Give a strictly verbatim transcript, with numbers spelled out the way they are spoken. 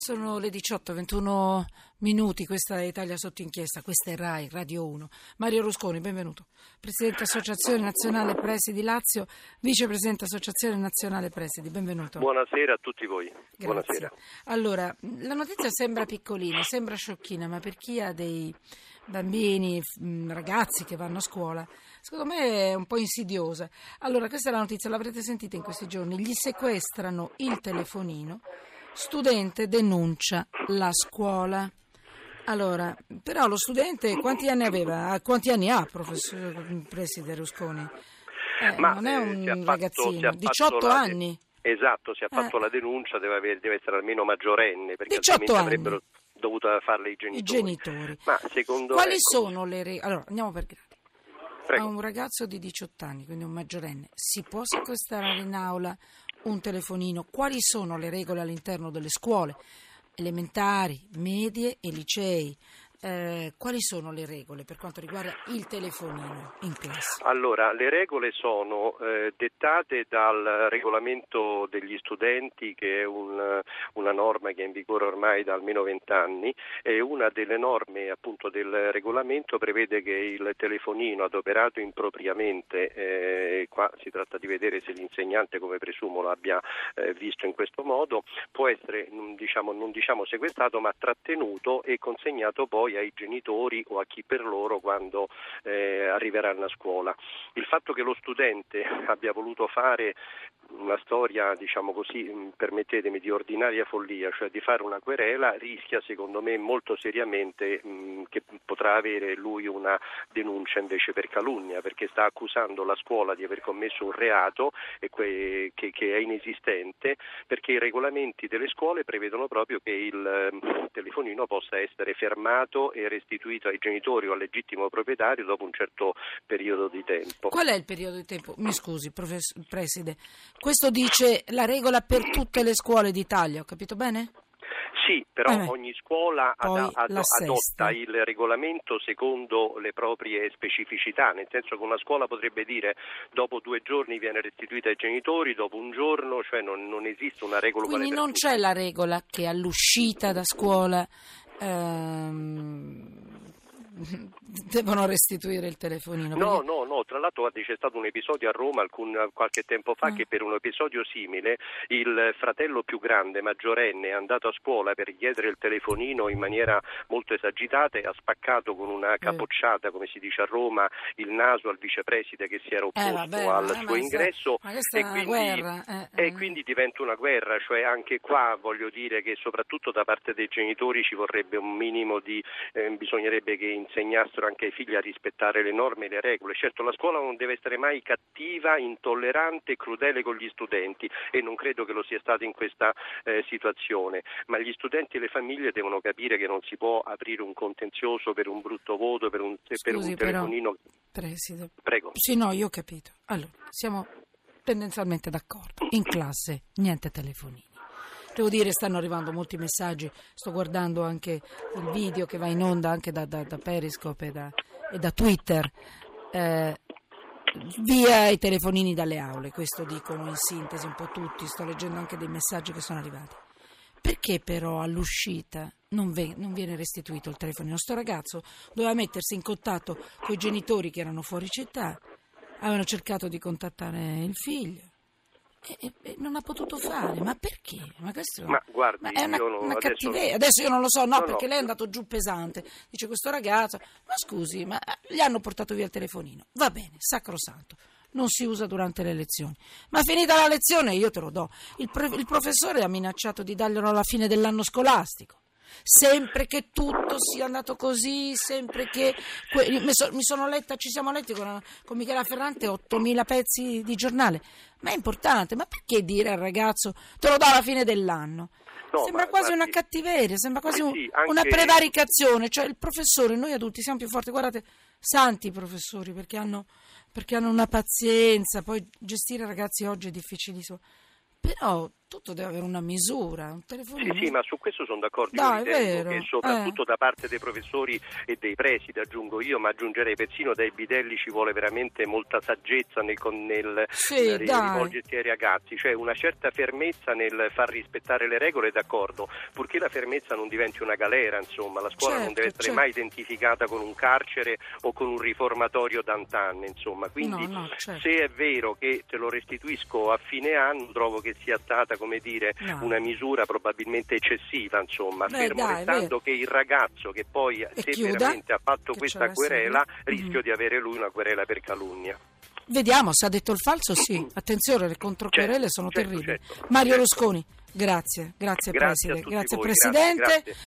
Sono le diciotto e ventuno minuti, questa è Italia sotto inchiesta, questa è Rai, Radio uno. Mario Rusconi, benvenuto. Presidente Associazione Nazionale Presidi Lazio, Vicepresidente Associazione Nazionale Presidi, benvenuto. Buonasera a tutti voi. Grazie. Buonasera. Allora, la notizia sembra piccolina, sembra sciocchina, ma per chi ha dei bambini, ragazzi che vanno a scuola, secondo me è un po' insidiosa. Allora, questa è la notizia, l'avrete sentita in questi giorni, gli sequestrano il telefonino. Studente denuncia la scuola. Allora, però lo studente quanti anni aveva? Quanti anni ha, professor Preside Rusconi? Eh, Ma, non è un eh, ragazzino, fatto, diciotto la, anni. Esatto, si è fatto eh. la denuncia, deve, avere, deve essere almeno maggiorenne, perché diciotto altrimenti anni. avrebbero dovuto farle i genitori. I genitori. Ma secondo Quali ecco, sono le regole? Allora, andiamo per gradi. Prego. A un ragazzo di diciotto anni, quindi un maggiorenne, si può sequestrare in aula un telefonino? Quali sono le regole all'interno delle scuole elementari, medie e licei? Eh, quali sono le regole per quanto riguarda il telefonino in classe? Allora, le regole sono eh, dettate dal regolamento degli studenti, che è un, una norma che è in vigore ormai da almeno vent'anni, e una delle norme appunto del regolamento prevede che il telefonino adoperato impropriamente, eh, qua si tratta di vedere se l'insegnante, come presumo, l'abbia eh, visto in questo modo, può essere diciamo, non diciamo sequestrato, ma trattenuto e consegnato poi ai genitori o a chi per loro quando eh, arriveranno a scuola. Il fatto che lo studente abbia voluto fare una storia, diciamo così, permettetemi, di ordinaria follia, cioè di fare una querela, rischia secondo me molto seriamente mh, che potrà avere lui una denuncia invece per calunnia, perché sta accusando la scuola di aver commesso un reato e que- che, che è inesistente, perché i regolamenti delle scuole prevedono proprio che il mh, telefonino possa essere fermato e restituito ai genitori o al legittimo proprietario dopo un certo periodo di tempo. Qual è il periodo di tempo? Mi scusi, professor Preside. Questo dice la regola per tutte le scuole d'Italia, ho capito bene? Sì, però eh, ogni scuola ad, ad, adotta il regolamento secondo le proprie specificità, nel senso che una scuola potrebbe dire dopo due giorni viene restituita ai genitori, dopo un giorno, cioè non, non esiste una regola. Quindi non c'è la regola che all'uscita da scuola ehm, devono restituire il telefonino? No, perché... no, no, tra l'altro c'è stato un episodio a Roma alcun, qualche tempo fa, ah. che per un episodio simile il fratello più grande, maggiorenne, è andato a scuola per chiedere il telefonino in maniera molto esagitata e ha spaccato con una capocciata, eh. come si dice a Roma, il naso al vicepreside che si era opposto eh, vabbè, al eh, suo ingresso ma questa e, è una quindi, guerra, eh, e eh. quindi diventa una guerra, cioè anche qua voglio dire che soprattutto da parte dei genitori ci vorrebbe un minimo di, eh, bisognerebbe che insegnassero anche ai figli a rispettare le norme e le regole. Certo, la scuola non deve essere mai cattiva, intollerante e crudele con gli studenti, e non credo che lo sia stato in questa eh, situazione, ma gli studenti e le famiglie devono capire che non si può aprire un contenzioso per un brutto voto, per un, Scusi, per un telefonino. Però, Preside. Prego. Sì, no, io ho capito. Allora, siamo tendenzialmente d'accordo. In classe niente telefonini. Devo dire, stanno arrivando molti messaggi, sto guardando anche il video che va in onda anche da, da, da Periscope e da, e da Twitter. Eh, via i telefonini dalle aule, questo dicono in sintesi un po' tutti, sto leggendo anche dei messaggi che sono arrivati. Perché però all'uscita non, ve, non viene restituito il telefonino? Sto ragazzo doveva mettersi in contatto con i genitori che erano fuori città, avevano cercato di contattare il figlio. E, e non ha potuto fare, ma perché? Ma questo ma guardi, ma è una, non, una adesso... cattiveria. Adesso io non lo so, no, no perché no. lei è andato giù pesante. Dice questo ragazzo, ma scusi, ma gli hanno portato via il telefonino. Va bene, sacrosanto, non si usa durante le lezioni. Ma finita la lezione io te lo do. Il, pre- il professore ha minacciato di darglielo alla fine dell'anno scolastico. Sempre che tutto sia andato così, sempre che que- mi, so- mi sono letta, ci siamo letti con, con Michela Ferrante ottomila pezzi di giornale, ma è importante. Ma perché dire al ragazzo te lo do alla fine dell'anno? No, sembra quasi guardi, una cattiveria, sembra quasi un, sì, anche... una prevaricazione. Cioè il professore, noi adulti siamo più forti, guardate, santi i professori, perché hanno, perché hanno una pazienza. Poi gestire ragazzi oggi è difficilissimo, però tutto deve avere una misura, un telefonino. Sì, sì, ma su questo sono d'accordo. Dai, io ritengo vero. che soprattutto eh. da parte dei professori e dei presidi, aggiungo io, ma aggiungerei persino dai bidelli, ci vuole veramente molta saggezza nel, nel, Sì, nel dai. rivolgersi ai ragazzi, cioè una certa fermezza nel far rispettare le regole, d'accordo, purché la fermezza non diventi una galera, insomma, la scuola Certo, non deve essere certo. mai identificata con un carcere o con un riformatorio d'antan, insomma, quindi No, no, certo. se è vero che te lo restituisco a fine anno, trovo che sia stata, come dire, No. una misura probabilmente eccessiva, insomma, Beh, fermo dai, restando vero. che il ragazzo che poi, E se chiuda, veramente ha fatto che questa c'è la querela, sigla. rischio Mhm. di avere lui una querela per calunnia. Vediamo se ha detto il falso. Sì, attenzione, le controquerele Certo, sono certo, terribili. certo, Mario certo. Rusconi, grazie, grazie, Grazie a preside, tutti grazie voi, Presidente. grazie, grazie.